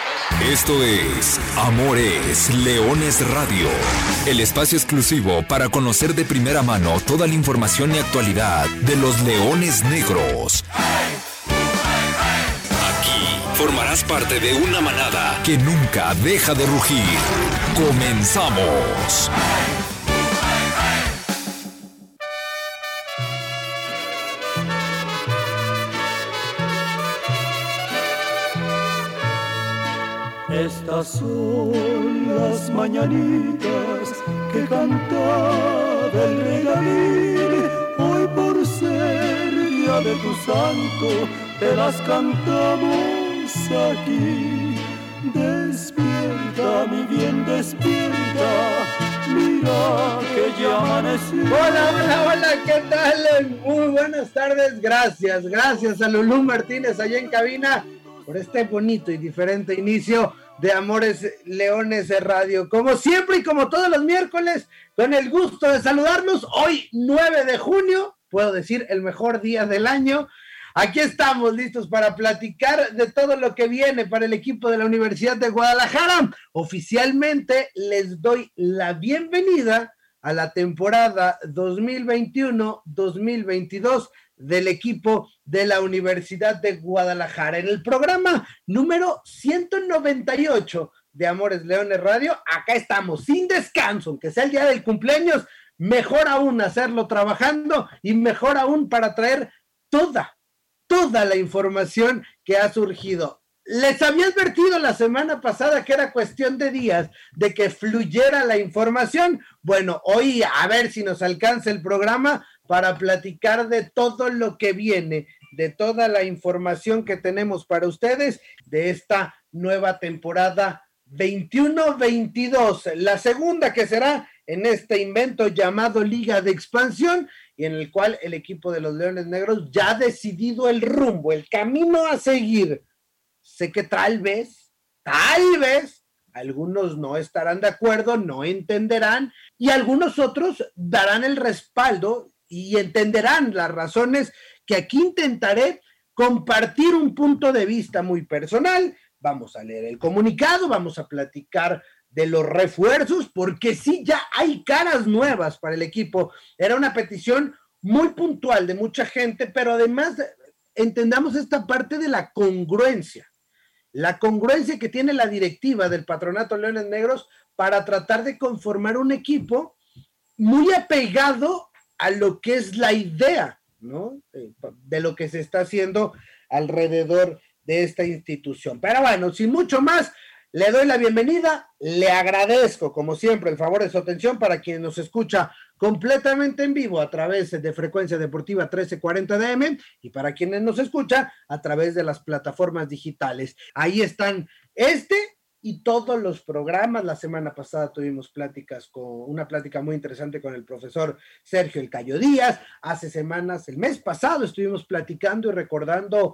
Esto es Amores Leones Radio, el espacio exclusivo para conocer de primera mano toda la información y actualidad de los Leones Negros. Aquí formarás parte de una manada que nunca deja de rugir. ¡Comenzamos! Estas son las mañanitas que cantaba el rey David. Hoy por ser día de tu santo, te las cantamos aquí. Despierta, mi bien, despierta, mira que ya amaneció. Hola, ¿qué tal? Muy buenas tardes, gracias a Lulú Martínez allá en cabina por este bonito y diferente inicio de Amores Leones de Radio. Como siempre y como todos los miércoles, con el gusto de saludarlos, hoy 9 de junio, puedo decir el mejor día del año. Aquí estamos listos para platicar de todo lo que viene para el equipo de la Universidad de Guadalajara. Oficialmente les doy la bienvenida a la temporada 2021-2022 del equipo de la Universidad de Guadalajara. En el programa número 198 de Amores Leones Radio, acá estamos, sin descanso, aunque sea el día del cumpleaños, mejor aún hacerlo trabajando y mejor aún para traer toda la información que ha surgido. Les había advertido la semana pasada que era cuestión de días de que fluyera la información. Bueno, hoy a ver si nos alcanza el programa para platicar de todo lo que viene, de toda la información que tenemos para ustedes de esta nueva temporada 21-22, la segunda que será en este invento llamado Liga de Expansión, y en el cual el equipo de los Leones Negros ya ha decidido el rumbo, el camino a seguir. Sé que tal vez, algunos no estarán de acuerdo, no entenderán, y algunos otros darán el respaldo y entenderán las razones que aquí intentaré compartir un punto de vista muy personal. Vamos a leer el comunicado, vamos a platicar de los refuerzos, porque sí, ya hay caras nuevas para el equipo. Era una petición muy puntual de mucha gente, pero además entendamos esta parte de la congruencia que tiene la directiva del Patronato Leones Negros para tratar de conformar un equipo muy apegado a lo que es la idea, ¿no? De lo que se está haciendo alrededor de esta institución. Pero bueno, sin mucho más, le doy la bienvenida, le agradezco como siempre el favor de su atención para quien nos escucha completamente en vivo a través de Frecuencia Deportiva 1340 DM y para quienes nos escucha a través de las plataformas digitales. Ahí están y todos los programas. La semana pasada tuvimos una plática muy interesante con el profesor Sergio El Cayo Díaz. Hace semanas, el mes pasado, estuvimos platicando y recordando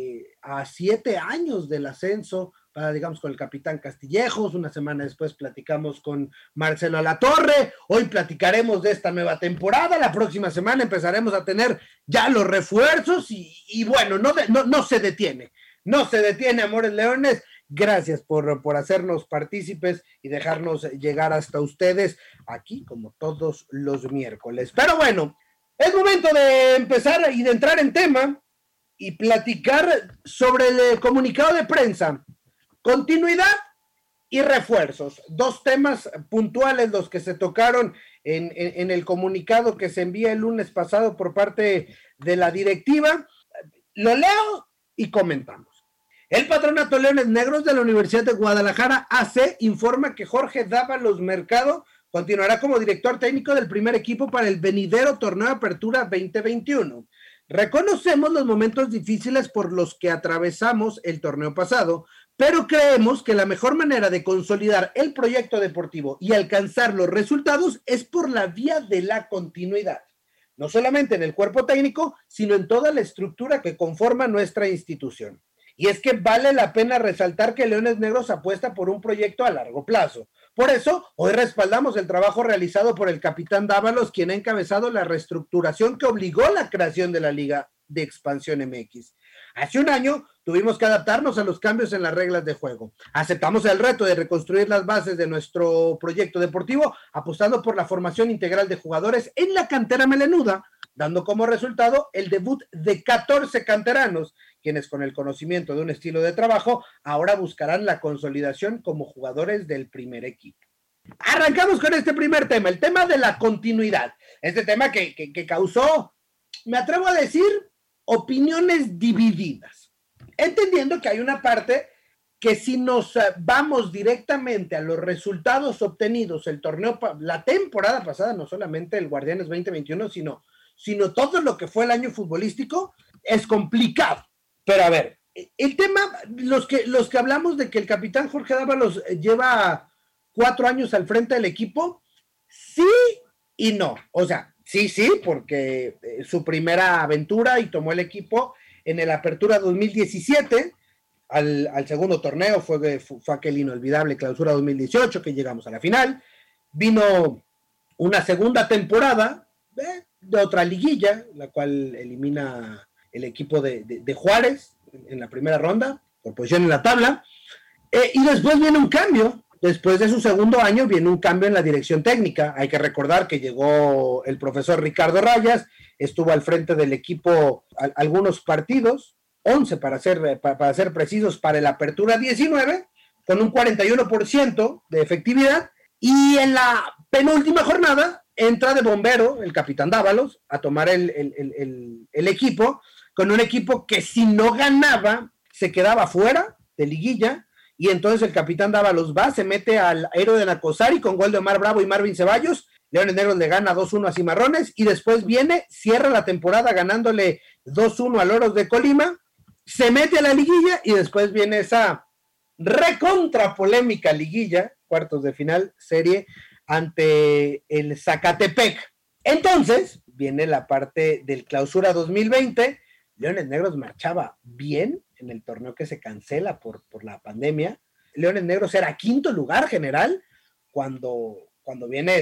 a 7 años del ascenso, con el capitán Castillejos. Una semana después platicamos con Marcelo Alatorre. Hoy platicaremos de esta nueva temporada. La próxima semana empezaremos a tener ya los refuerzos y bueno, no se detiene. No se detiene, Amores Leones. Gracias por hacernos partícipes y dejarnos llegar hasta ustedes aquí como todos los miércoles. Pero bueno, es momento de empezar y de entrar en tema y platicar sobre el comunicado de prensa. Continuidad y refuerzos. 2 temas puntuales los que se tocaron en el comunicado que se envía el lunes pasado por parte de la directiva. Lo leo y comentamos. El Patronato Leones Negros de la Universidad de Guadalajara AC informa que Jorge Dávalos Mercado continuará como director técnico del primer equipo para el venidero Torneo de Apertura 2021. Reconocemos los momentos difíciles por los que atravesamos el torneo pasado, pero creemos que la mejor manera de consolidar el proyecto deportivo y alcanzar los resultados es por la vía de la continuidad, no solamente en el cuerpo técnico, sino en toda la estructura que conforma nuestra institución. Y es que vale la pena resaltar que Leones Negros apuesta por un proyecto a largo plazo. Por eso, hoy respaldamos el trabajo realizado por el capitán Dávalos, quien ha encabezado la reestructuración que obligó a la creación de la Liga de Expansión MX. Hace un año tuvimos que adaptarnos a los cambios en las reglas de juego. Aceptamos el reto de reconstruir las bases de nuestro proyecto deportivo, apostando por la formación integral de jugadores en la cantera melenuda, dando como resultado el debut de 14 canteranos, quienes con el conocimiento de un estilo de trabajo ahora buscarán la consolidación como jugadores del primer equipo. Arrancamos con este primer tema, el tema de la continuidad. Este tema que causó, me atrevo a decir, opiniones divididas. Entendiendo que hay una parte que si nos vamos directamente a los resultados obtenidos, el torneo, la temporada pasada, no solamente el Guardianes 2021, sino todo lo que fue el año futbolístico, es complicado. Pero a ver, el tema, los que hablamos de que el capitán Jorge Dávalos lleva 4 años al frente del equipo, sí y no. O sea, sí, porque su primera aventura y tomó el equipo en el Apertura 2017, al segundo torneo fue aquel inolvidable Clausura 2018 que llegamos a la final. Vino una segunda temporada de otra liguilla, la cual elimina el equipo de Juárez en la primera ronda, por posición en la tabla, y después viene un cambio. Después de su segundo año viene un cambio en la dirección técnica. Hay que recordar que llegó el profesor Ricardo Rayas, estuvo al frente del equipo algunos partidos, 11 para ser precisos, para el Apertura 19, con un 41% de efectividad, y en la penúltima jornada entra de bombero el capitán Dávalos a tomar el equipo, con un equipo que si no ganaba se quedaba fuera de liguilla. Y entonces el capitán Dávalos se mete al héroe de Nacosari con gol de Omar Bravo y Marvin Ceballos. Leones Negros le gana 2-1 a Cimarrones y después cierra la temporada ganándole 2-1 a Loros de Colima, se mete a la liguilla y después viene esa recontra polémica liguilla, cuartos de final, serie ante el Zacatepec. Entonces viene la parte del Clausura 2020. Leones Negros marchaba bien en el torneo que se cancela por la pandemia. Leones Negros era quinto lugar general cuando viene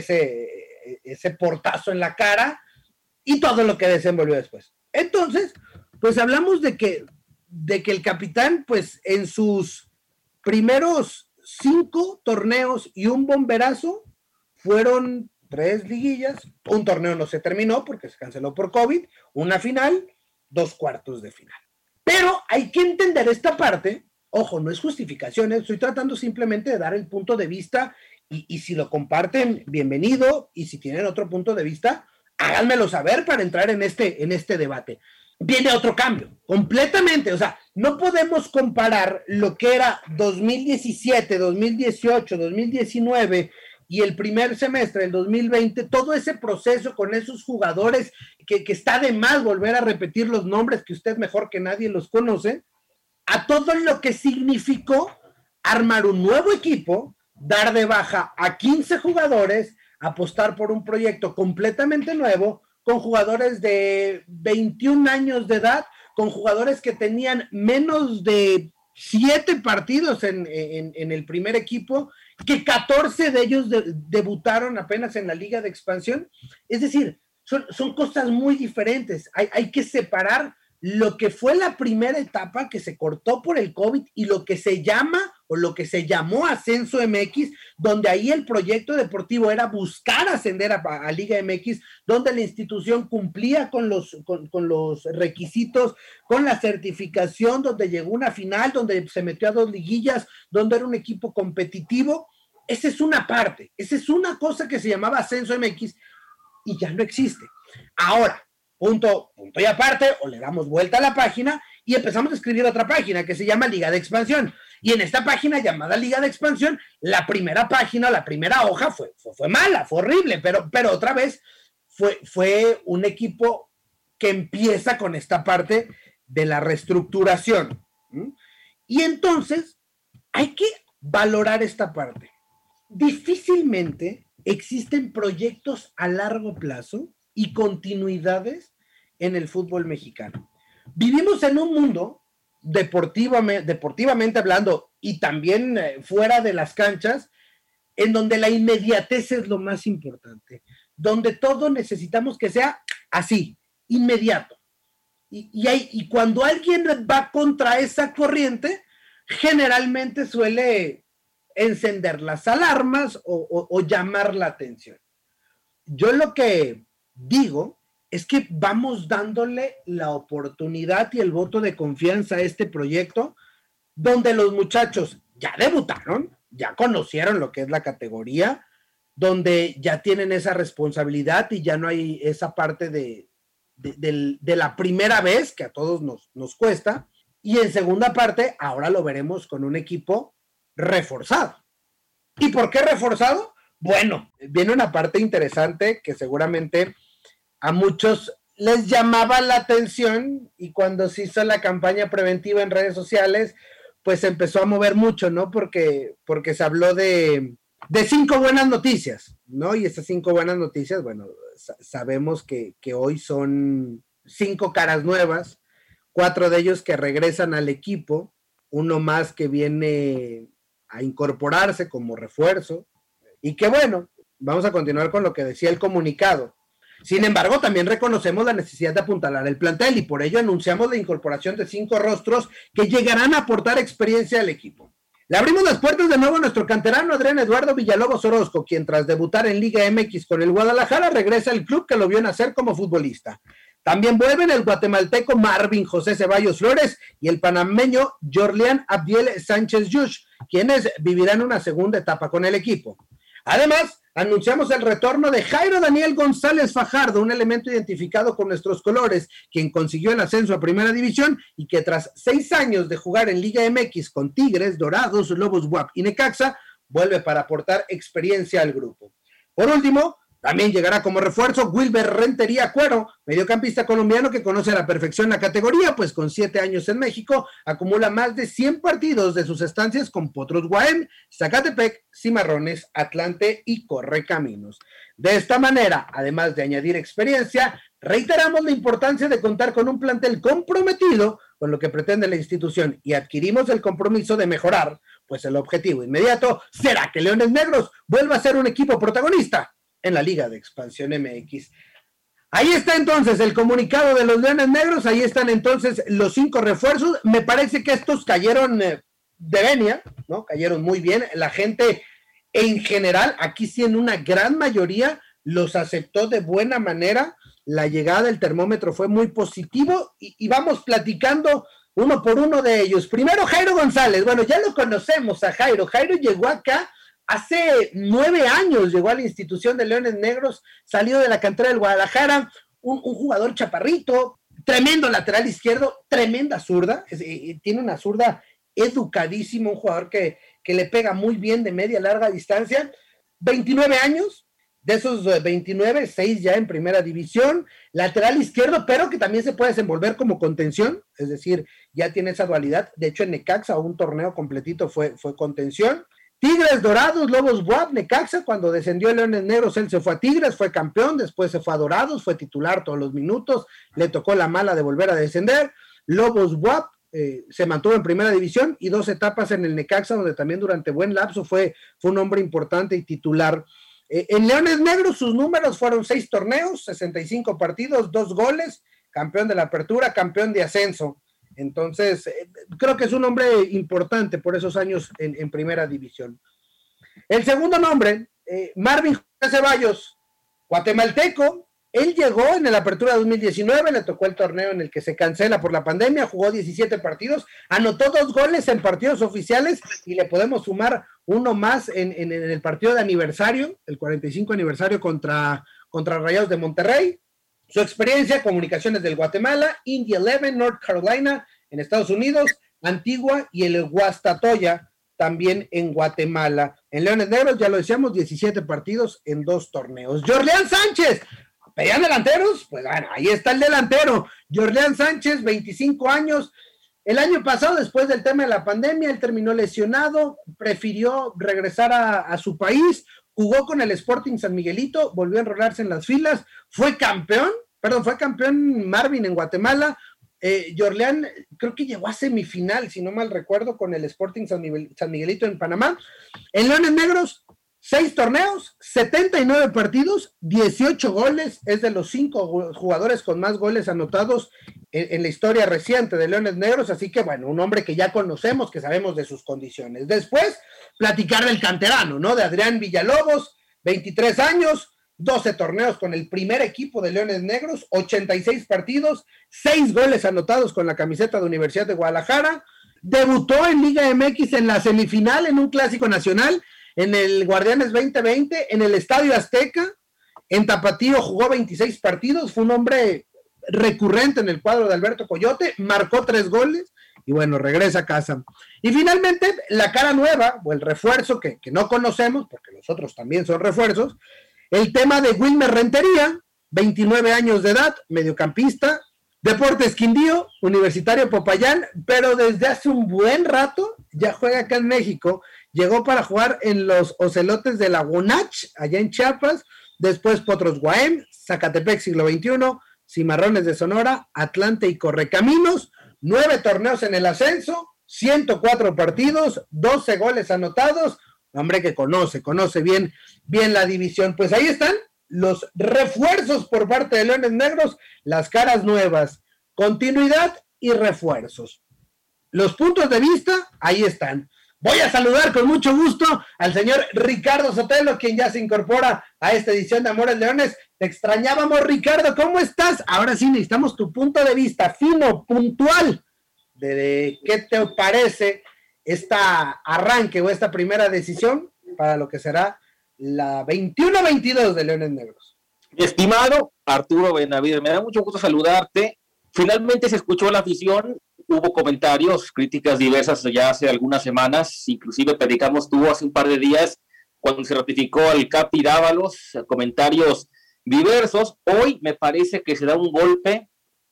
ese portazo en la cara y todo lo que desenvolvió después. Entonces, pues hablamos de que el capitán, pues en sus primeros 5 torneos y un bomberazo, fueron 3 liguillas, un torneo no se terminó porque se canceló por COVID, una final, 2 cuartos de final. Pero hay que entender esta parte, ojo, no es justificación, estoy tratando simplemente de dar el punto de vista y si lo comparten, bienvenido, y si tienen otro punto de vista, háganmelo saber para entrar en este debate. Viene otro cambio, completamente, o sea, no podemos comparar lo que era 2017, 2018, 2019 y el primer semestre del 2020, todo ese proceso con esos jugadores que está de más volver a repetir los nombres que usted mejor que nadie los conoce, a todo lo que significó armar un nuevo equipo, dar de baja a 15 jugadores, apostar por un proyecto completamente nuevo, con jugadores de 21 años de edad, con jugadores que tenían menos de 7 partidos en el primer equipo, que 14 de ellos debutaron apenas en la Liga de Expansión. Es decir, son cosas muy diferentes. Hay que separar lo que fue la primera etapa que se cortó por el COVID y lo que se llama o lo que se llamó Ascenso MX, donde ahí el proyecto deportivo era buscar ascender a Liga MX, donde la institución cumplía con los requisitos, con la certificación, donde llegó una final, donde se metió a 2 liguillas, donde era un equipo competitivo. Esa es una parte, esa es una cosa que se llamaba Ascenso MX y ya no existe. Ahora, punto y aparte, o le damos vuelta a la página y empezamos a escribir otra página que se llama Liga de Expansión. Y en esta página llamada Liga de Expansión, la primera página, la primera hoja fue mala, fue horrible, pero otra vez fue un equipo que empieza con esta parte de la reestructuración. Y entonces hay que valorar esta parte. Difícilmente existen proyectos a largo plazo y continuidades en el fútbol mexicano. Vivimos en un mundo, deportivamente hablando, y también fuera de las canchas, en donde la inmediatez es lo más importante, donde todo necesitamos que sea así, inmediato. Y cuando alguien va contra esa corriente, generalmente suele encender las alarmas o llamar la atención. Yo lo que digo es que vamos dándole la oportunidad y el voto de confianza a este proyecto, donde los muchachos ya debutaron, ya conocieron lo que es la categoría, donde ya tienen esa responsabilidad y ya no hay esa parte de la primera vez que a todos nos cuesta. Y en segunda parte, ahora lo veremos con un equipo reforzado. ¿Y por qué reforzado? Bueno, viene una parte interesante que seguramente a muchos les llamaba la atención, y cuando se hizo la campaña preventiva en redes sociales, pues se empezó a mover mucho, ¿no? Porque se habló de 5 buenas noticias, ¿no? Y esas 5 buenas noticias, bueno, sabemos que hoy son 5 caras nuevas, 4 de ellos que regresan al equipo, uno más que viene a incorporarse como refuerzo, y que bueno, vamos a continuar con lo que decía el comunicado. Sin embargo, también reconocemos la necesidad de apuntalar el plantel, y por ello anunciamos la incorporación de 5 rostros que llegarán a aportar experiencia al equipo. Le abrimos las puertas de nuevo a nuestro canterano Adrián Eduardo Villalobos Orozco, quien tras debutar en Liga MX con el Guadalajara regresa al club que lo vio nacer como futbolista. También vuelven el guatemalteco Marvin José Ceballos Flores y el panameño Jorlián Abdiel Sánchez Yush, quienes vivirán una segunda etapa con el equipo. Además, anunciamos el retorno de Jairo Daniel González Fajardo, un elemento identificado con nuestros colores, quien consiguió el ascenso a Primera División y que tras 6 años de jugar en Liga MX con Tigres, Dorados, Lobos WAP y Necaxa, vuelve para aportar experiencia al grupo. Por último, también llegará como refuerzo Wilber Rentería Cuero, mediocampista colombiano que conoce a la perfección la categoría, pues con 7 años en México acumula más de 100 partidos de sus estancias con Potros Guaem, Zacatepec, Cimarrones, Atlante y Correcaminos. De esta manera, además de añadir experiencia, reiteramos la importancia de contar con un plantel comprometido con lo que pretende la institución y adquirimos el compromiso de mejorar, pues el objetivo inmediato será que Leones Negros vuelva a ser un equipo protagonista en la Liga de Expansión MX. Ahí está entonces el comunicado de los Leones Negros, ahí están entonces los 5 refuerzos. Me parece que estos cayeron de venia, ¿no? Cayeron muy bien. La gente en general, aquí sí en una gran mayoría, los aceptó de buena manera. La llegada del termómetro fue muy positivo y vamos platicando uno por uno de ellos. Primero, Jairo González. Bueno, ya lo conocemos a Jairo. Jairo llegó acá hace 9 años, llegó a la institución de Leones Negros, salió de la cantera del Guadalajara, un jugador chaparrito, tremendo lateral izquierdo, tremenda zurda, tiene una zurda educadísima, un jugador que le pega muy bien de media larga distancia, 29 años, de esos 29, 6 ya en Primera División, lateral izquierdo, pero que también se puede desenvolver como contención, es decir, ya tiene esa dualidad. De hecho en Necaxa un torneo completito fue contención. Tigres, Dorados, Lobos WAP, Necaxa, cuando descendió el Leones Negros, él se fue a Tigres, fue campeón, después se fue a Dorados, fue titular todos los minutos, le tocó la mala de volver a descender. Lobos WAP se mantuvo en Primera División y 2 etapas en el Necaxa, donde también durante buen lapso fue un hombre importante y titular. En Leones Negros sus números fueron 6 torneos, 65 partidos, 2 goles, campeón de la apertura, campeón de ascenso. Entonces, creo que es un hombre importante por esos años en Primera División. El segundo nombre, Marvin José Ceballos, guatemalteco. Él llegó en la apertura 2019, le tocó el torneo en el que se cancela por la pandemia, jugó 17 partidos, anotó 2 goles en partidos oficiales y le podemos sumar uno más en el partido de aniversario, el 45 aniversario contra Rayados de Monterrey. Su experiencia, comunicaciones del Guatemala, Indy 11, North Carolina, en Estados Unidos, Antigua y el Guastatoya, también en Guatemala. En Leones Negros, ya lo decíamos, 17 partidos en 2 torneos. Jorlián Sánchez, ¿pedían delanteros? Pues bueno, ahí está el delantero. Jorlián Sánchez, 25 años. El año pasado, después del tema de la pandemia, él terminó lesionado, prefirió regresar a su país, jugó con el Sporting San Miguelito, volvió a enrolarse en las filas, fue campeón Marvin en Guatemala. Jorlián creo que llegó a semifinal, si no mal recuerdo, con el Sporting San Miguelito en Panamá. En Leones Negros 6 torneos, 79 partidos, 18 goles, es de los 5 jugadores con más goles anotados en la historia reciente de Leones Negros, así que bueno, un hombre que ya conocemos, que sabemos de sus condiciones. Después, platicar del canterano, ¿no? De Adrián Villalobos, 23 años, 12 torneos con el primer equipo de Leones Negros, 86 partidos, 6 goles anotados con la camiseta de Universidad de Guadalajara, debutó en Liga MX en la semifinal en un clásico nacional, en el Guardianes 2020, en el Estadio Azteca, en Tapatío jugó 26 partidos, fue un hombre recurrente en el cuadro de Alberto Coyote, marcó 3 goles, y bueno, regresa a casa. Y finalmente, la cara nueva, o el refuerzo que no conocemos, porque los otros también son refuerzos, el tema de Wilmer Rentería, 29 años de edad, mediocampista, Deportes Quindío, Universitario Popayán, pero desde hace un buen rato ya juega acá en México, llegó para jugar en los Ocelotes de la UNACH, allá en Chiapas, después Potros Guaem, Zacatepec Siglo XXI, Cimarrones de Sonora, Atlante y Correcaminos, 9 torneos en el ascenso, 104 partidos, 12 goles anotados, hombre que conoce bien la división. Pues ahí están los refuerzos por parte de Leones Negros, las caras nuevas, continuidad y refuerzos. Los puntos de vista, ahí están. Voy a saludar con mucho gusto al señor Ricardo Sotelo, quien ya se incorpora a esta edición de Amores Leones. Te extrañábamos, Ricardo, ¿cómo estás? Ahora sí necesitamos tu punto de vista fino, puntual, de qué te parece esta arranque o esta primera decisión para lo que será la 21-22 de Leones Negros. Mi estimado Arturo Benavides, me da mucho gusto saludarte. Finalmente se escuchó la afición, hubo comentarios, críticas diversas ya hace algunas semanas, inclusive predicamos tú hace un par de días cuando se ratificó al Capi Dávalos, comentarios diversos. Hoy me parece que se da un golpe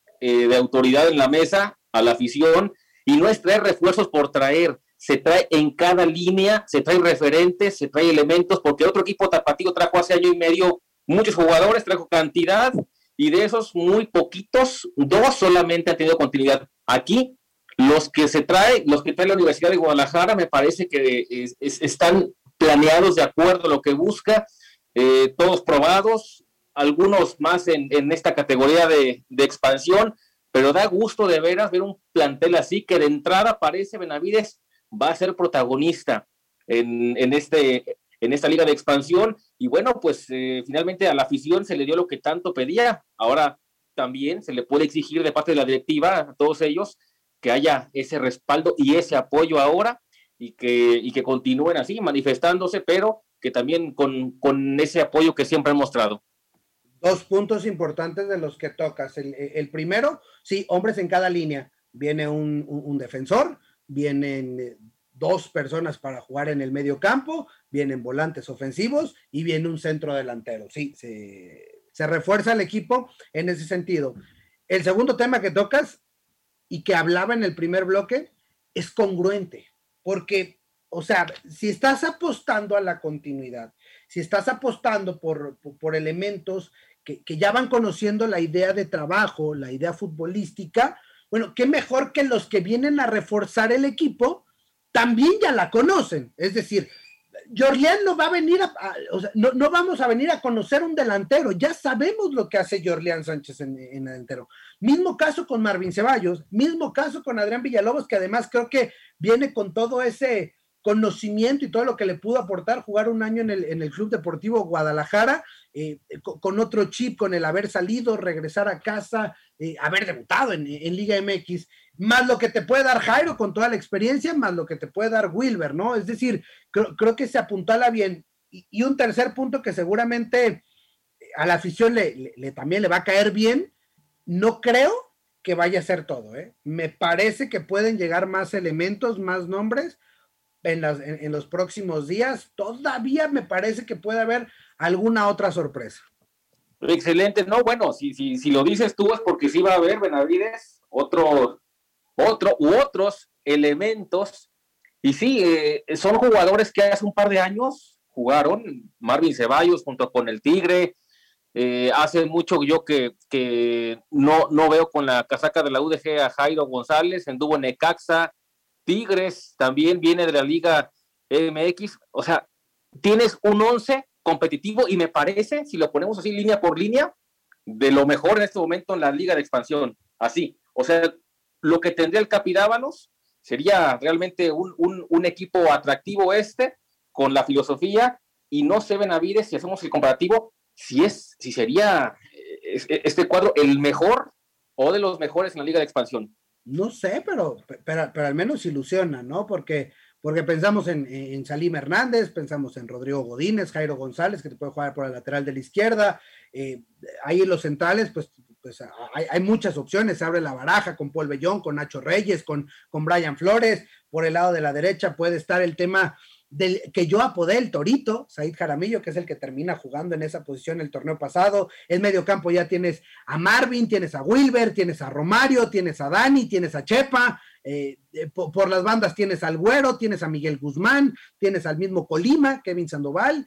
de autoridad en la mesa a la afición, y no es traer refuerzos por traer, se trae en cada línea, se trae referentes, se trae elementos, porque otro equipo tapatío trajo hace año y medio muchos jugadores, trajo cantidad, y de esos muy poquitos, 2 solamente han tenido continuidad. Aquí, los que trae la Universidad de Guadalajara, me parece que están planeados de acuerdo a lo que busca, todos probados, algunos más en esta categoría de expansión, pero da gusto de veras ver un plantel así, que de entrada parece Benavides va a ser protagonista en esta liga de expansión. Y bueno, pues finalmente a la afición se le dio lo que tanto pedía. Ahora también se le puede exigir de parte de la directiva a todos ellos que haya ese respaldo y ese apoyo ahora, y que continúen así manifestándose, pero que también con ese apoyo que siempre han mostrado. 2 puntos importantes de los que tocas. El primero, sí, hombres en cada línea. Viene un defensor, vienen 2 personas para jugar en el medio campo, vienen volantes ofensivos y viene un centro delantero. Sí, se refuerza el equipo en ese sentido. El segundo tema que tocas y que hablaba en el primer bloque es congruente, porque, o sea, si estás apostando a la continuidad, si estás apostando por elementos que ya van conociendo la idea de trabajo, la idea futbolística, bueno, qué mejor que los que vienen a reforzar el equipo también ya la conocen. Es decir, Jorlián no va a venir o sea, no vamos a venir a conocer un delantero, ya sabemos lo que hace Jorlián Sánchez en delantero. Mismo caso con Marvin Ceballos, mismo caso con Adrián Villalobos, que además creo que viene con todo ese conocimiento y todo lo que le pudo aportar jugar un año en el Club Deportivo Guadalajara, con otro chip, con el haber salido, regresar a casa, haber debutado en Liga MX, más lo que te puede dar Jairo con toda la experiencia, más lo que te puede dar Wilber, ¿no? Es decir, creo que se apuntala bien. Y un tercer punto que seguramente a la afición también le va a caer bien, no creo que vaya a ser todo, ¿eh? Me parece que pueden llegar más elementos, más nombres en los próximos días. Todavía me parece que puede haber alguna otra sorpresa. Excelente, no, bueno, si lo dices tú es porque sí va a haber, Benavides, otros elementos, y sí, son jugadores que hace un par de años jugaron, Marvin Ceballos junto con el Tigre, hace mucho yo que no veo con la casaca de la UDG a Jairo González, anduvo en Necaxa, Tigres también viene de la Liga MX, o sea, tienes un 11 competitivo y me parece, si lo ponemos así línea por línea, de lo mejor en este momento en la Liga de Expansión. Así, o sea, lo que tendría el Capidávalos sería realmente un equipo atractivo con la filosofía, y no sé, Benavides, si hacemos el comparativo, si sería este cuadro el mejor o de los mejores en la Liga de Expansión. No sé, pero al menos ilusiona, ¿no? Porque pensamos en Salim Hernández, pensamos en Rodrigo Godínez, Jairo González, que te puede jugar por el lateral de la izquierda. Ahí en los centrales, pues hay muchas opciones. Se abre la baraja con Paul Bellón, con Nacho Reyes, con Brian Flores. Por el lado de la derecha puede estar el tema del que yo apodé el Torito, Said Jaramillo, que es el que termina jugando en esa posición el torneo pasado. En medio campo ya tienes a Marvin, tienes a Wilber, tienes a Romario, tienes a Dani, tienes a Chepa. Por las bandas tienes al Güero, tienes a Miguel Guzmán, tienes al mismo Colima, Kevin Sandoval.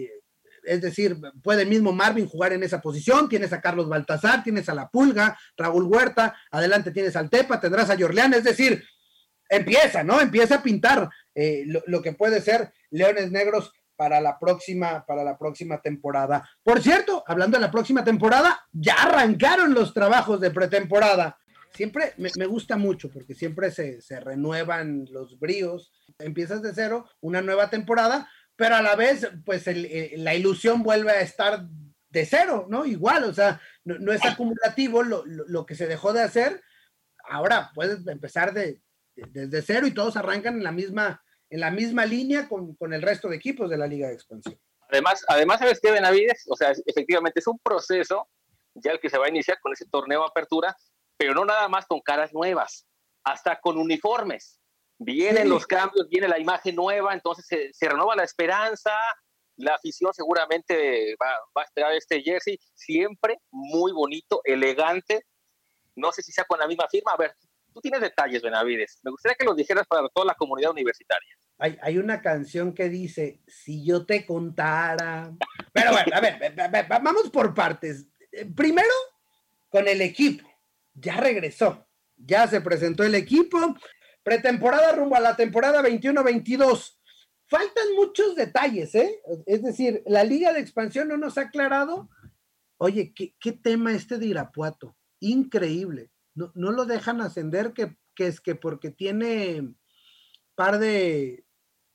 Es decir, puede el mismo Marvin jugar en esa posición. Tienes a Carlos Baltazar, tienes a La Pulga, Raúl Huerta, adelante tienes al Tepa, tendrás a Yorleán. Es decir, empieza a pintar lo que puede ser Leones Negros para la próxima temporada. Por cierto, hablando de la próxima temporada, ya arrancaron los trabajos de pretemporada. Siempre me gusta mucho porque siempre se renuevan los bríos. Empiezas de cero, una nueva temporada, pero a la vez, pues la ilusión vuelve a estar de cero, ¿no? Igual, o sea, no es acumulativo lo que se dejó de hacer. Ahora puedes empezar desde cero y todos arrancan en la misma línea con el resto de equipos de la Liga de Expansión. Además, ¿sabes qué, Benavides? O sea, efectivamente es un proceso ya el que se va a iniciar con ese torneo de apertura, pero no nada más con caras nuevas, hasta con uniformes. Vienen los cambios, viene la imagen nueva, entonces se renueva la esperanza, la afición seguramente va a esperar este jersey, siempre muy bonito, elegante. No sé si sea con la misma firma. A ver, tú tienes detalles, Benavides. Me gustaría que los dijeras para toda la comunidad universitaria. Hay una canción que dice, si yo te contara... Pero bueno, a ver, vamos por partes. Primero, con el equipo. Ya regresó. Ya se presentó el equipo. Pretemporada rumbo a la temporada 21-22. Faltan muchos detalles, ¿eh? Es decir, la Liga de Expansión no nos ha aclarado. Oye, ¿qué tema de Irapuato? Increíble. No lo dejan ascender, que es que porque tiene par de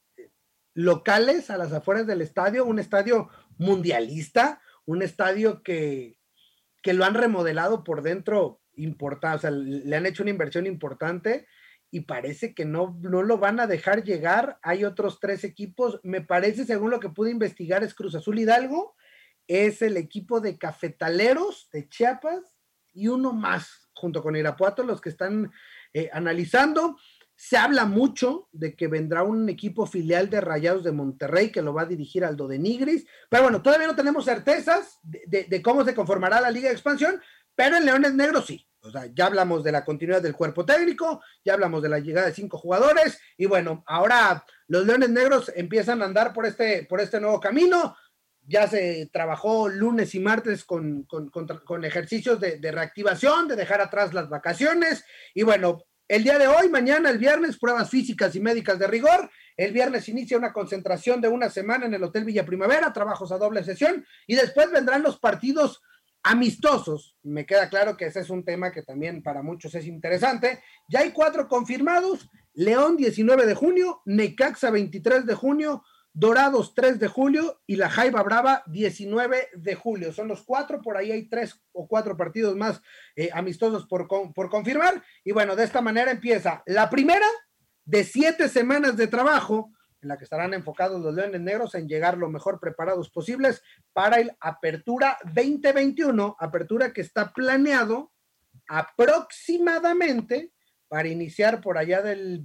locales a las afueras del estadio, un estadio mundialista, un estadio que lo han remodelado por dentro importante, o sea, le han hecho una inversión importante y parece que no lo van a dejar llegar. Hay otros 3 equipos, me parece, según lo que pude investigar, es Cruz Azul Hidalgo, es el equipo de Cafetaleros de Chiapas y uno más, junto con Irapuato, los que están analizando. Se habla mucho de que vendrá un equipo filial de Rayados de Monterrey que lo va a dirigir Aldo de Nigris, pero bueno, todavía no tenemos certezas de cómo se conformará la Liga de Expansión, pero en Leones Negros sí. O sea, ya hablamos de la continuidad del cuerpo técnico, ya hablamos de la llegada de 5 jugadores, y bueno, ahora los Leones Negros empiezan a andar por este nuevo camino. Ya se trabajó lunes y martes con ejercicios de reactivación, de dejar atrás las vacaciones, y bueno, el día de hoy, mañana, el viernes, pruebas físicas y médicas de rigor. El viernes inicia una concentración de una semana en el Hotel Villa Primavera, trabajos a doble sesión, y después vendrán los partidos amistosos. Me queda claro que ese es un tema que también para muchos es interesante. Ya hay 4 confirmados: León 19 de junio, Necaxa 23 de junio, Dorados 3 de julio y la Jaiba Brava 19 de julio. Son los 4, por ahí hay 3 o 4 partidos más amistosos por confirmar. Y bueno, de esta manera empieza la primera de 7 semanas de trabajo en la que estarán enfocados los Leones Negros en llegar lo mejor preparados posibles para el Apertura 2021, apertura que está planeado aproximadamente para iniciar por allá del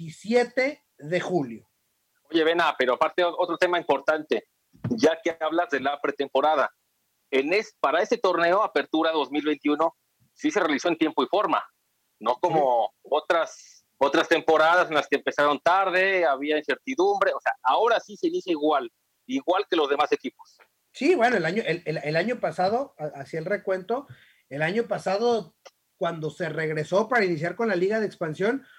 27 de julio. Oye, Bena, pero aparte otro tema importante, ya que hablas de la pretemporada, para este torneo Apertura 2021 sí se realizó en tiempo y forma, no como otras temporadas en las que empezaron tarde, había incertidumbre. O sea, ahora sí se inicia igual que los demás equipos. Sí, bueno, el año pasado, hacía el recuento, el año pasado cuando se regresó para iniciar con la Liga de Expansión,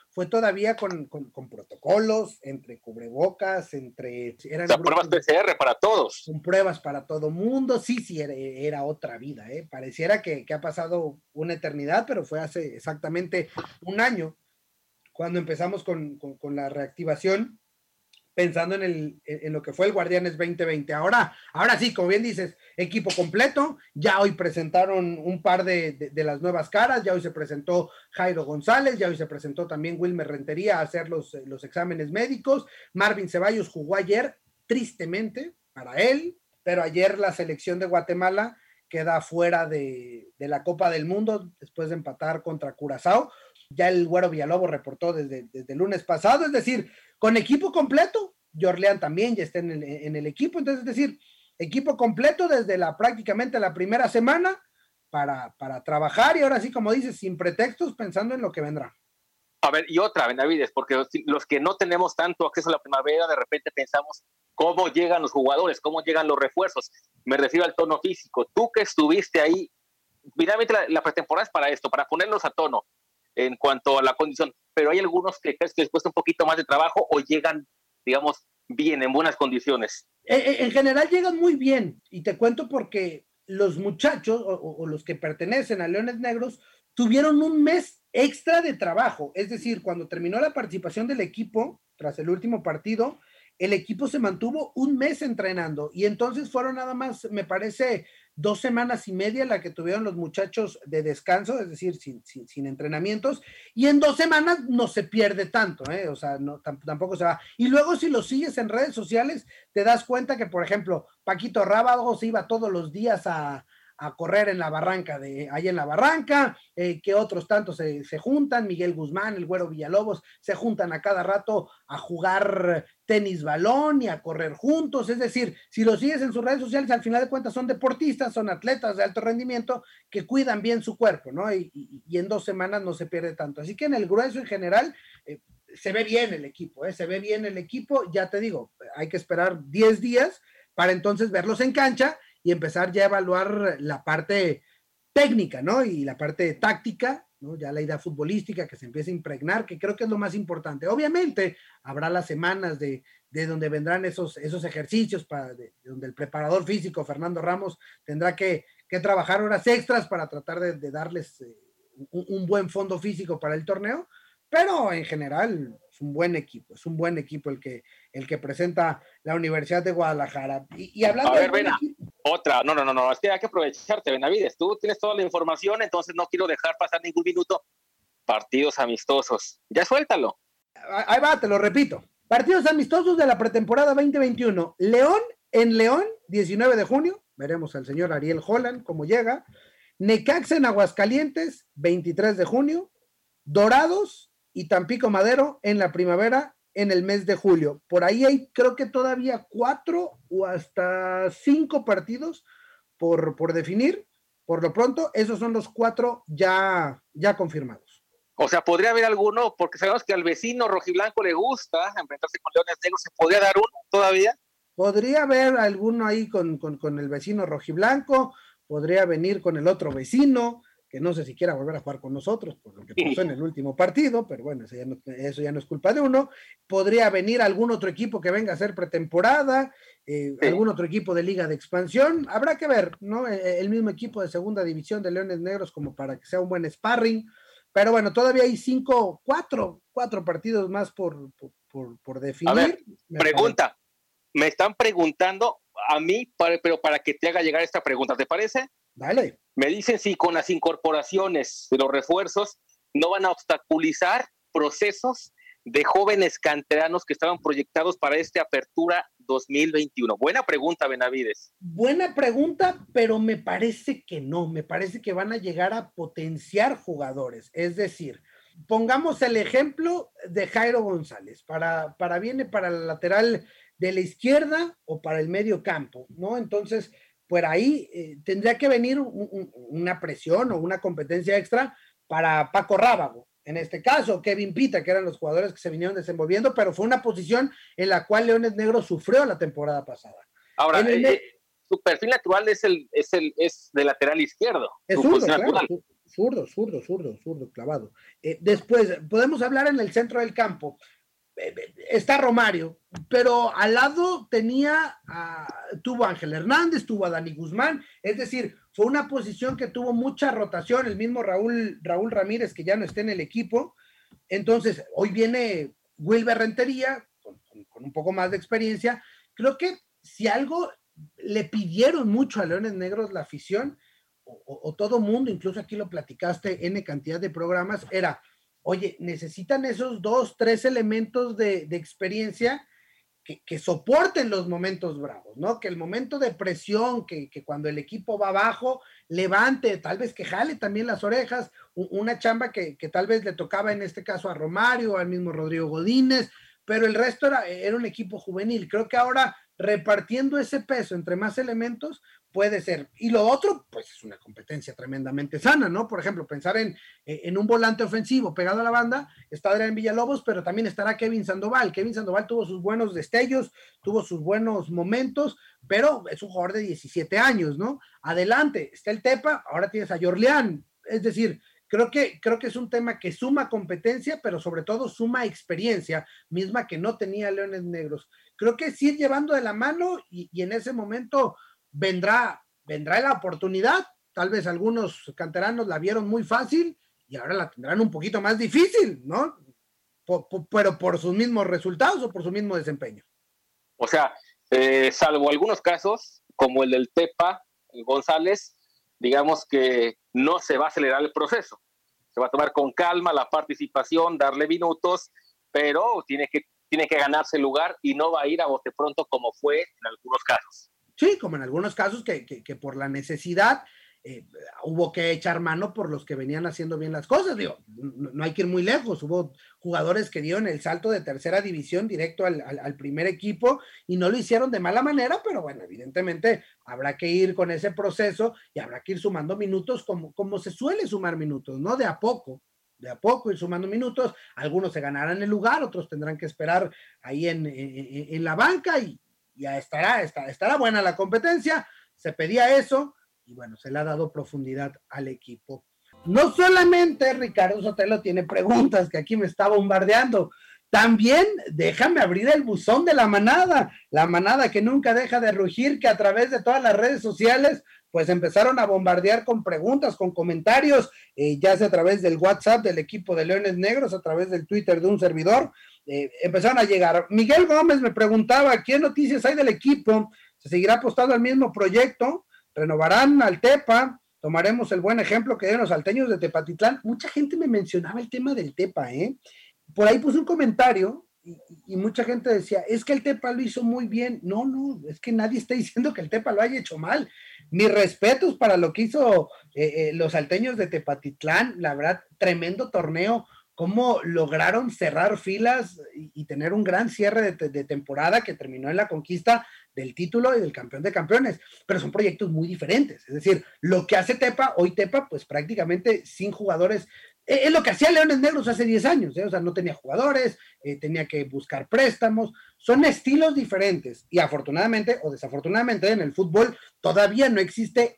fue todavía con protocolos, entre cubrebocas, eran pruebas PCR para todos. Con pruebas para todo mundo, sí, era otra vida, pareciera que ha pasado una eternidad, pero fue hace exactamente un año cuando empezamos con la reactivación, pensando en lo que fue el Guardianes 2020. Ahora sí, como bien dices, equipo completo. Ya hoy presentaron un par de las nuevas caras. Ya hoy se presentó Jairo González, ya hoy se presentó también Wilmer Rentería a hacer los exámenes médicos. Marvin Ceballos jugó ayer, tristemente para él, pero ayer la selección de Guatemala queda fuera de la Copa del Mundo después de empatar contra Curazao. Ya el Güero Villalobos reportó desde el lunes pasado, es decir, con equipo completo. Jorleán también ya está en el equipo, entonces, es decir, equipo completo desde prácticamente la primera semana para trabajar, y ahora sí, como dices, sin pretextos, pensando en lo que vendrá. A ver, y otra, Benavides, porque los que no tenemos tanto acceso a la primavera, de repente pensamos cómo llegan los jugadores, cómo llegan los refuerzos. Me refiero al tono físico. Tú que estuviste ahí, finalmente la pretemporada es para esto, para ponerlos a tono en cuanto a la condición, pero hay algunos que crees que les cuesta un poquito más de trabajo o llegan, digamos, bien, en buenas condiciones. En general llegan muy bien, y te cuento porque los muchachos o los que pertenecen a Leones Negros tuvieron un mes extra de trabajo, es decir, cuando terminó la participación del equipo, tras el último partido, el equipo se mantuvo un mes entrenando, y entonces fueron nada más, me parece, 2 semanas y media la que tuvieron los muchachos de descanso, es decir, sin entrenamientos, y en 2 semanas no se pierde tanto, o sea, no, tampoco se va. Y luego si lo sigues en redes sociales, te das cuenta que, por ejemplo, Paquito Rábago se iba todos los días a correr en la barranca, ahí en la barranca, que otros tantos se juntan, Miguel Guzmán, el Güero Villalobos, se juntan a cada rato a jugar tenis balón y a correr juntos. Es decir, si lo sigues en sus redes sociales, al final de cuentas son deportistas, son atletas de alto rendimiento que cuidan bien su cuerpo, ¿no? Y en 2 semanas no se pierde tanto. Así que en el grueso en general, se ve bien el equipo, se ve bien el equipo. Ya te digo, hay que esperar 10 días para entonces verlos en cancha y empezar ya a evaluar la parte técnica, ¿no? Y la parte táctica, ¿no? Ya la idea futbolística que se empieza a impregnar, que creo que es lo más importante. Obviamente habrá las semanas de donde vendrán esos ejercicios, donde el preparador físico, Fernando Ramos, tendrá que trabajar horas extras para tratar de darles un buen fondo físico para el torneo, pero en general es un buen equipo el que presenta la Universidad de Guadalajara. Y hablando de otra, no, es que hay que aprovecharte, Benavides, tú tienes toda la información, entonces no quiero dejar pasar ningún minuto. Partidos amistosos, ya suéltalo. Ahí va, te lo repito. Partidos amistosos de la pretemporada 2021. León, 19 de junio, veremos al señor Ariel Holland cómo llega. Necaxa en Aguascalientes, 23 de junio. Dorados y Tampico Madero en la primavera en el mes de julio. Por ahí hay, creo que todavía 4 o hasta 5 partidos por definir. Por lo pronto, esos son los 4 ya confirmados. O sea, podría haber alguno, porque sabemos que al vecino rojiblanco le gusta enfrentarse con Leones Negros. ¿Se podría dar uno todavía? Podría haber alguno ahí con el vecino rojiblanco, podría venir con el otro vecino, que no sé si quiera volver a jugar con nosotros, por lo que pasó en el último partido, pero bueno, eso ya no es culpa de uno. Podría venir algún otro equipo que venga a hacer pretemporada, algún otro equipo de liga de expansión, habrá que ver, ¿no? El mismo equipo de segunda división de Leones Negros como para que sea un buen sparring, pero bueno, todavía hay 4 partidos más por definir. A ver, pregunta, me están preguntando a mí, pero para que te haga llegar esta pregunta, ¿te parece? Dale. Me dicen si con las incorporaciones de los refuerzos no van a obstaculizar procesos de jóvenes canteranos que estaban proyectados para esta apertura 2021. Buena pregunta, Benavides. Buena pregunta, pero me parece que no. Me parece que van a llegar a potenciar jugadores. Es decir, pongamos el ejemplo de Jairo González. Viene para el lateral de la izquierda o para el medio campo, ¿no? Entonces, por ahí tendría que venir una presión o una competencia extra para Paco Rábago, en este caso, Kevin Pita, que eran los jugadores que se vinieron desenvolviendo, pero fue una posición en la cual Leones Negros sufrió la temporada pasada. Ahora, su perfil natural es de lateral izquierdo. Es zurdo, claro. zurdo, clavado. Después, podemos hablar en el centro del campo. Está Romario, pero al lado tuvo a Ángel Hernández, tuvo a Dani Guzmán, es decir, fue una posición que tuvo mucha rotación, el mismo Raúl Ramírez, que ya no está en el equipo. Entonces, hoy viene Wilber Rentería, con un poco más de experiencia. Creo que si algo le pidieron mucho a Leones Negros la afición, o todo mundo, incluso aquí lo platicaste N cantidad de programas, era, oye, necesitan esos 2, 3 elementos de experiencia que soporten los momentos bravos, ¿no? Que el momento de presión, que cuando el equipo va abajo, levante, tal vez que jale también las orejas, una chamba que tal vez le tocaba en este caso a Romario, al mismo Rodrigo Godínez, pero el resto era un equipo juvenil. Creo que ahora repartiendo ese peso entre más elementos puede ser. Y lo otro, pues es una competencia tremendamente sana, ¿no? Por ejemplo, pensar en un volante ofensivo pegado a la banda, está Adrián Villalobos, pero también estará Kevin Sandoval. Kevin Sandoval tuvo sus buenos destellos, tuvo sus buenos momentos, pero es un jugador de 17 años, ¿no? Adelante, está el Tepa, ahora tienes a Yorleán. Es decir, creo que es un tema que suma competencia, pero sobre todo suma experiencia, misma que no tenía Leones Negros. Creo que sí ir llevando de la mano y en ese momento vendrá la oportunidad. Tal vez algunos canteranos la vieron muy fácil y ahora la tendrán un poquito más difícil, ¿no? Pero por sus mismos resultados o por su mismo desempeño. O sea, salvo algunos casos, como el del Tepa González, digamos que no se va a acelerar el proceso. Se va a tomar con calma la participación, darle minutos, pero tiene que ganarse el lugar y no va a ir a bote pronto como fue en algunos casos. Sí, como en algunos casos que por la necesidad hubo que echar mano por los que venían haciendo bien las cosas. Digo, no hay que ir muy lejos. Hubo jugadores que dieron el salto de tercera división directo al primer equipo y no lo hicieron de mala manera, pero bueno, evidentemente habrá que ir con ese proceso y habrá que ir sumando minutos como se suele sumar minutos, ¿no? De a poco ir sumando minutos. Algunos se ganarán el lugar, otros tendrán que esperar ahí en la banca y ya estará buena la competencia. Se pedía eso y bueno, se le ha dado profundidad al equipo. No solamente Ricardo Sotelo tiene preguntas, que aquí me está bombardeando, también déjame abrir el buzón de la manada que nunca deja de rugir, que a través de todas las redes sociales pues empezaron a bombardear con preguntas, con comentarios, ya sea a través del WhatsApp del equipo de Leones Negros, a través del Twitter de un servidor, empezaron a llegar. Miguel Gómez me preguntaba, ¿qué noticias hay del equipo? ¿Se seguirá apostando al mismo proyecto? ¿Renovarán al Tepa? Tomaremos el buen ejemplo que dieron los salteños de Tepatitlán. Mucha gente me mencionaba el tema del Tepa, Por ahí puse un comentario y mucha gente decía, es que el Tepa lo hizo muy bien. No, es que nadie está diciendo que el Tepa lo haya hecho mal. Mis respetos para lo que hizo los salteños de Tepatitlán, la verdad, tremendo torneo, cómo lograron cerrar filas y tener un gran cierre de temporada que terminó en la conquista del título y del campeón de campeones, pero son proyectos muy diferentes. Es decir, lo que hace Tepa, hoy Tepa, pues prácticamente sin jugadores, es lo que hacía Leones Negros hace 10 años, o sea, no tenía jugadores, tenía que buscar préstamos, son estilos diferentes y afortunadamente o desafortunadamente en el fútbol todavía no existe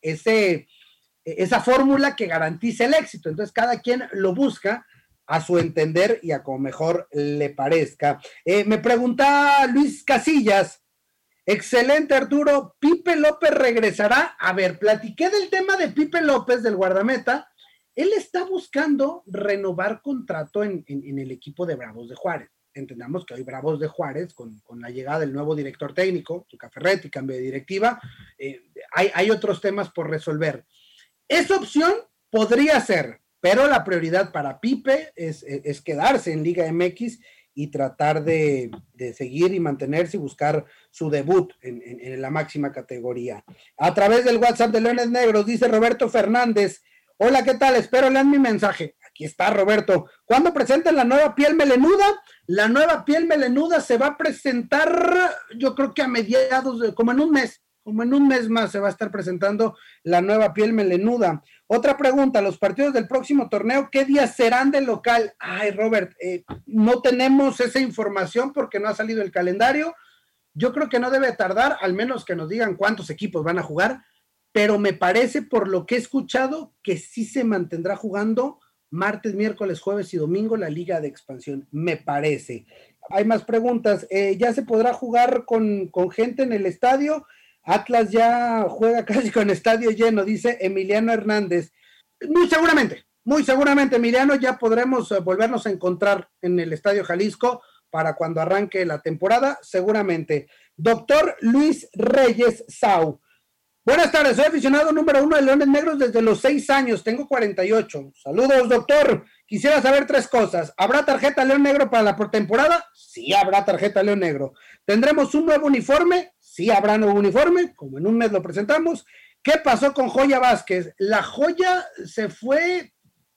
esa fórmula que garantice el éxito, entonces cada quien lo busca a su entender y a como mejor le parezca. Me pregunta Luis Casillas, excelente Arturo, Pipe López regresará. A ver, platiqué del tema de Pipe López, del guardameta. Él está buscando renovar contrato en el equipo de Bravos de Juárez. Entendamos que hoy Bravos de Juárez, con la llegada del nuevo director técnico, Tuca Ferretti, cambio de directiva, hay otros temas por resolver. Esa opción podría ser, pero la prioridad para Pipe es quedarse en Liga MX y tratar de seguir y mantenerse y buscar su debut en la máxima categoría. A través del WhatsApp de Leones Negros, dice Roberto Fernández, hola, ¿qué tal? Espero lean mi mensaje. Aquí está, Roberto. ¿Cuándo presentan la nueva piel melenuda? La nueva piel melenuda se va a presentar, yo creo que a mediados, como en un mes más se va a estar presentando la nueva piel melenuda. Otra pregunta, los partidos del próximo torneo, ¿qué días serán de local? Ay, Robert, no tenemos esa información porque no ha salido el calendario. Yo creo que no debe tardar, al menos que nos digan cuántos equipos van a jugar. pero me parece, por lo que he escuchado, que sí se mantendrá jugando martes, miércoles, jueves y domingo la Liga de Expansión, me parece. Hay más preguntas. ¿Ya se podrá jugar con gente en el estadio? Atlas ya juega casi con estadio lleno, dice Emiliano Hernández. Muy seguramente, Emiliano, ya podremos volvernos a encontrar en el Estadio Jalisco para cuando arranque la temporada, seguramente. Doctor Luis Reyes Sau. Buenas tardes, soy aficionado número 1 de Leones Negros desde los 6 años, tengo 48. Saludos, doctor. Quisiera saber 3 cosas. ¿Habrá tarjeta León Negro para la pretemporada? Sí, habrá tarjeta León Negro. ¿Tendremos un nuevo uniforme? Sí, habrá nuevo uniforme, como en un mes lo presentamos. ¿Qué pasó con Joya Vázquez? La Joya se fue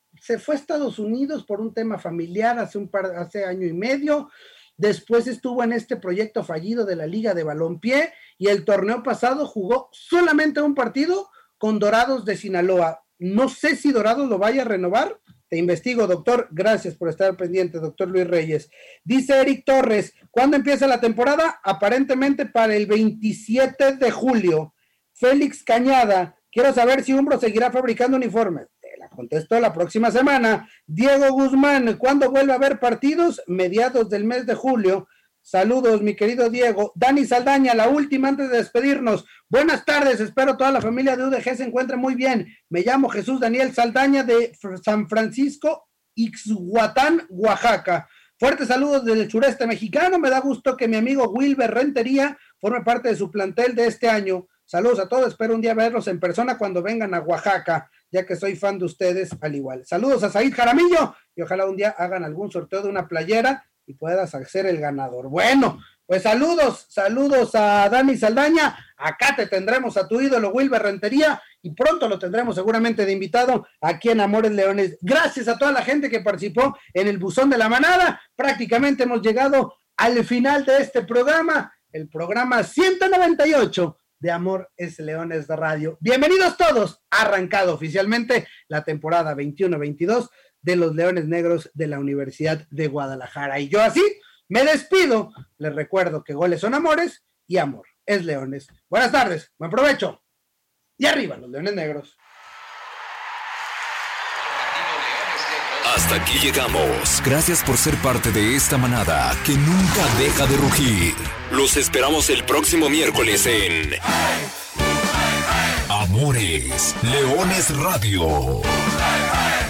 a Estados Unidos por un tema familiar hace año y medio. Después estuvo en este proyecto fallido de la Liga de Balompié y el torneo pasado jugó solamente un partido con Dorados de Sinaloa. No sé si Dorados lo vaya a renovar. Te investigo, doctor. Gracias por estar pendiente, doctor Luis Reyes. Dice Eric Torres, ¿cuándo empieza la temporada? Aparentemente para el 27 de julio. Félix Cañada, quiero saber si Umbro seguirá fabricando uniformes. Te la contesto la próxima semana. Diego Guzmán, ¿cuándo vuelve a haber partidos? Mediados del mes de julio. Saludos, mi querido Diego. Dani Saldaña, la última antes de despedirnos. Buenas tardes, espero toda la familia de UDG se encuentre muy bien. Me llamo Jesús Daniel Saldaña de San Francisco, Ixhuatán, Oaxaca. Fuertes saludos del sureste mexicano. Me da gusto que mi amigo Wilber Rentería forme parte de su plantel de este año. Saludos a todos, espero un día verlos en persona cuando vengan a Oaxaca, ya que soy fan de ustedes al igual. Saludos a Said Jaramillo y ojalá un día hagan algún sorteo de una playera y puedas ser el ganador. Bueno, pues saludos a Dani Saldaña. Acá te tendremos a tu ídolo Wilber Rentería y pronto lo tendremos seguramente de invitado aquí en Amores Leones. Gracias a toda la gente que participó en el buzón de la manada. Prácticamente hemos llegado al final de este programa, el programa 198 de Amor es Leones de Radio. Bienvenidos todos, ha arrancado oficialmente la temporada 21-22 de los Leones Negros de la Universidad de Guadalajara. Y yo así me despido, les recuerdo que goles son amores y amor es Leones. Buenas tardes, buen provecho y arriba los Leones Negros. Hasta aquí llegamos. Gracias por ser parte de esta manada que nunca deja de rugir. Los esperamos el próximo miércoles en Amores Leones Radio.